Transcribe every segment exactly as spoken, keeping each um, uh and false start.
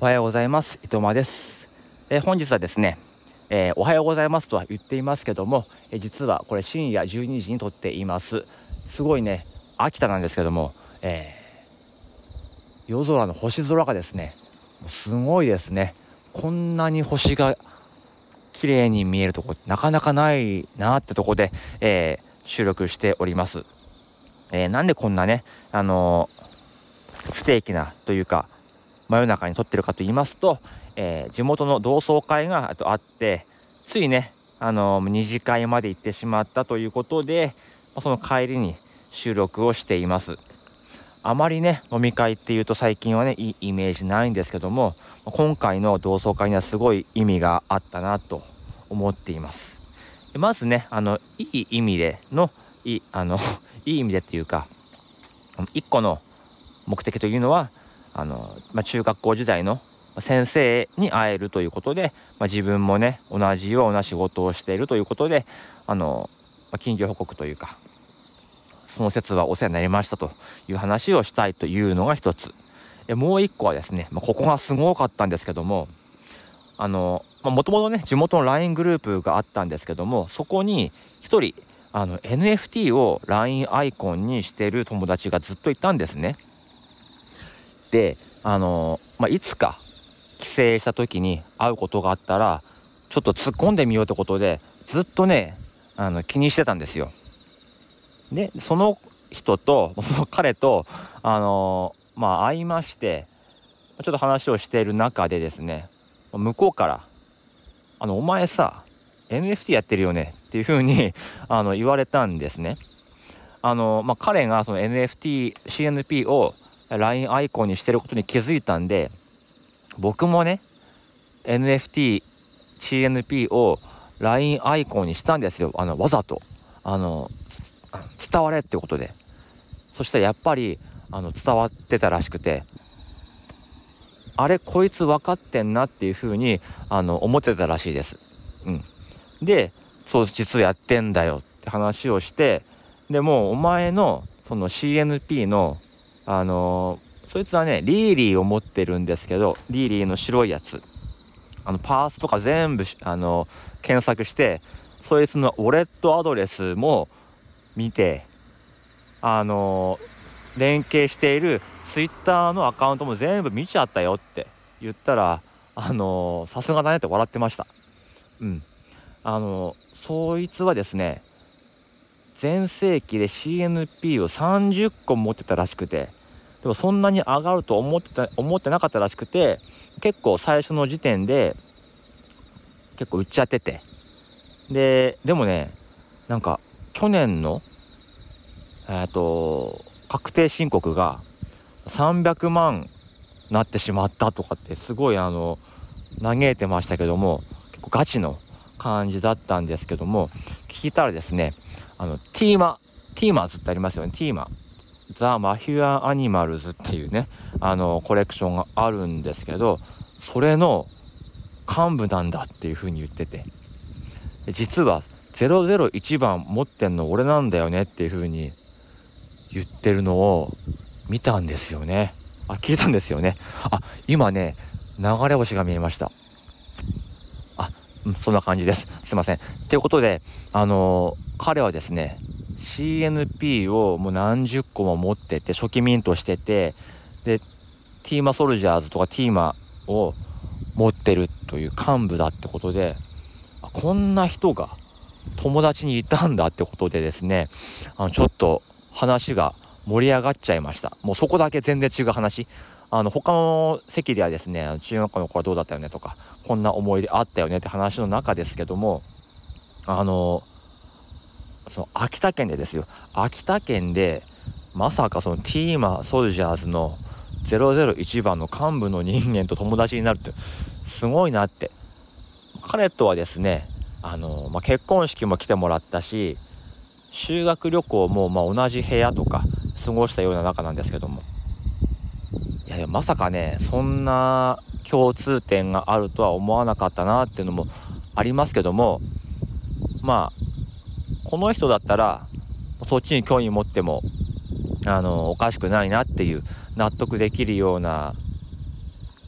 おはようございます。伊藤間です。えー本日はですね、えーおはようございますとは言っていますけども、えー実はこれ深夜じゅうにじに撮っています。すごいね、秋田なんですけども、えー夜空の星空がですね、もうすごいですね。こんなに星が綺麗に見えるとこなかなかないなってとこで、えー収録しております。えーなんでこんなね、あのー不定期なというか真夜中に撮ってるかと言いますと、えー地元の同窓会があとあって、ついね、あのー二次会まで行ってしまったということで、まあその帰りに収録をしています。あまりね、飲み会っていうと最近はね、いいイメージないんですけども、今回の同窓会にはすごい意味があったなと思っています。でまずね、あのいい意味でのいいあのいい意味でっていうか、一個の目的というのは、あの、まあ、中学校時代の先生に会えるということで、まあ、自分もね同じような仕事をしているということで、あの、まあ、近況報告というか、その説はお世話になりましたという話をしたいというのが一つ。えもう一個はですね、まあ、ここがすごかったんですけども、あのもともとね地元の ライン グループがあったんですけども、そこに一人あの エヌエフティー を ライン アイコンにしている友達がずっといたんですね。で、あのまあ、いつか帰省した時に会うことがあったらちょっと突っ込んでみようってことでずっとねあの気にしてたんですよ。でその人とその彼とあのまあ会いまして、ちょっと話をしている中でですね、向こうからあのお前さ エヌエフティー やってるよねっていう風にあの言われたんですね。あの、まあ、彼がその エヌエフティー、シーエヌピー を ライン アイコンにしてることに気づいたんで、僕もね エヌエフティー、シーエヌピー を ライン アイコンにしたんですよ。あのわざとあの伝われってことで。そしたらやっぱりあの伝わってたらしくて、あれこいつ分かってんなっていう風にあの思ってたらしいです。うん、で、そう実はやってんだよって話をして、でもうお前のその シーエヌピー のあのーそいつはねリーリーを持ってるんですけど、リーリーの白いやつ、あのパースとか全部あの検索して、そいつのウォレットアドレスも見て、あのー連携しているツイッターのアカウントも全部見ちゃったよって言ったら、あのさすがだねって笑ってました。うん、あのそいつはですね、全盛期で シーエヌピー をさんじゅっこ持ってたらしくて、でもそんなに上がると思ってた思ってなかったらしくて、結構最初の時点で結構売っちゃってて、ででもね、なんか去年のえっ、と確定申告がさんびゃくまんなってしまったとかってすごいあの嘆いてましたけども、結構ガチの感じだったんですけども、聞いたらですね、あのティーマティーマーズってありますよね。ティーマザ・マヒュア・アニマルズっていうね、あのコレクションがあるんですけど、それの幹部なんだっていう風に言ってて、実はゼロゼロいちばん持ってんの俺なんだよねっていう風に言ってるのを見たんですよね。あ、聞いたんですよね。あ、今ね流れ星が見えました。あ、うん、そんな感じです。すいません。ということで、あのー彼はですね シーエヌピー をもう何十個も持ってて初期ミントしてて、でティーマソルジャーズとかティーマを持ってるという幹部だってことで、あ、こんな人が友達にいたんだってことでですね、あのちょっと話が盛り上がっちゃいました。もうそこだけ全然違う話。あの他の席ではですね、中学校の頃どうだったよねとか、こんな思い出あったよねって話の中ですけども、あのその秋田県でですよ、秋田県でまさかそのティーマソルジャーズのゼロゼロいちばんの幹部の人間と友達になるってすごいなって。彼とはですね、あの、まあ、結婚式も来てもらったし、修学旅行もまあ同じ部屋とか過ごしたような仲なんですけども、いやいやまさかねそんな共通点があるとは思わなかったなっていうのもありますけども、まあこの人だったらそっちに興味持ってもあのおかしくないなっていう納得できるような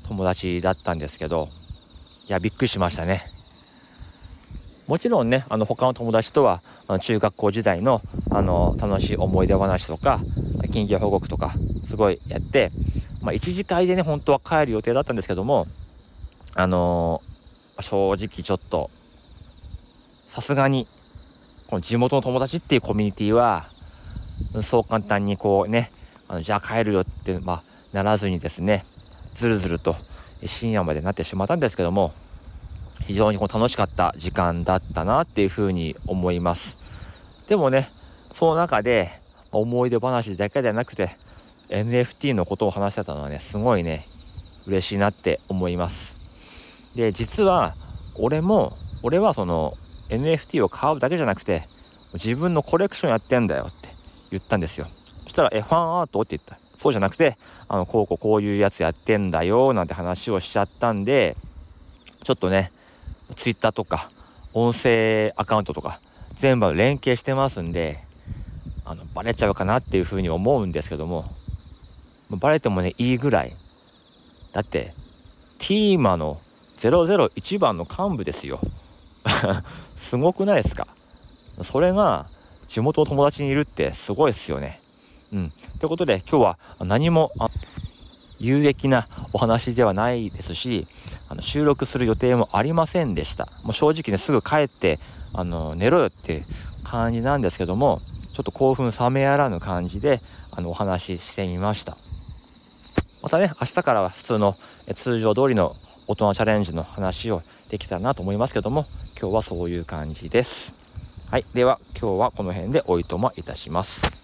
友達だったんですけど、いやびっくりしましたね。もちろんね、あの他の友達とはあの中学校時代のあの楽しい思い出話とか近況報告とかすごいやって、まあ、一次会でね本当は帰る予定だったんですけども、あのー正直ちょっとさすがにこの地元の友達っていうコミュニティはそう簡単にこうね、あのじゃあ帰るよって、まあ、ならずにですね、ずるずると深夜までなってしまったんですけども、非常にこう楽しかった時間だったなっていうふうに思います。でもね、その中で思い出話だけではなくて エヌエフティー のことを話してたのはね、すごいね嬉しいなって思います。で、実は俺も俺はその エヌエフティー を買うだけじゃなくて自分のコレクションやってんだよって言ったんですよ。そしたらえファンアートって言った。そうじゃなくて、あのこうこうこういうやつやってんだよなんて話をしちゃったんで、ちょっとねツイッターとか音声アカウントとか全部連携してますんで、あのバレちゃうかなっていうふうに思うんですけども、バレてもねいいぐらいだって、ティーマのゼロゼロいちばんの幹部ですよすごくないですか。それが地元の友達にいるってすごいですよね。うん。ということで今日は何も有益なお話ではないですし、あの収録する予定もありませんでした。もう正直ねすぐ帰ってあの寝ろよっていう感じなんですけども、ちょっと興奮冷めやらぬ感じであのお話ししてみました。またね明日からは普通の通常通りの大人チャレンジの話をできたらなと思いますけども、今日はそういう感じです。はい、では今日はこの辺でおいとまいたします。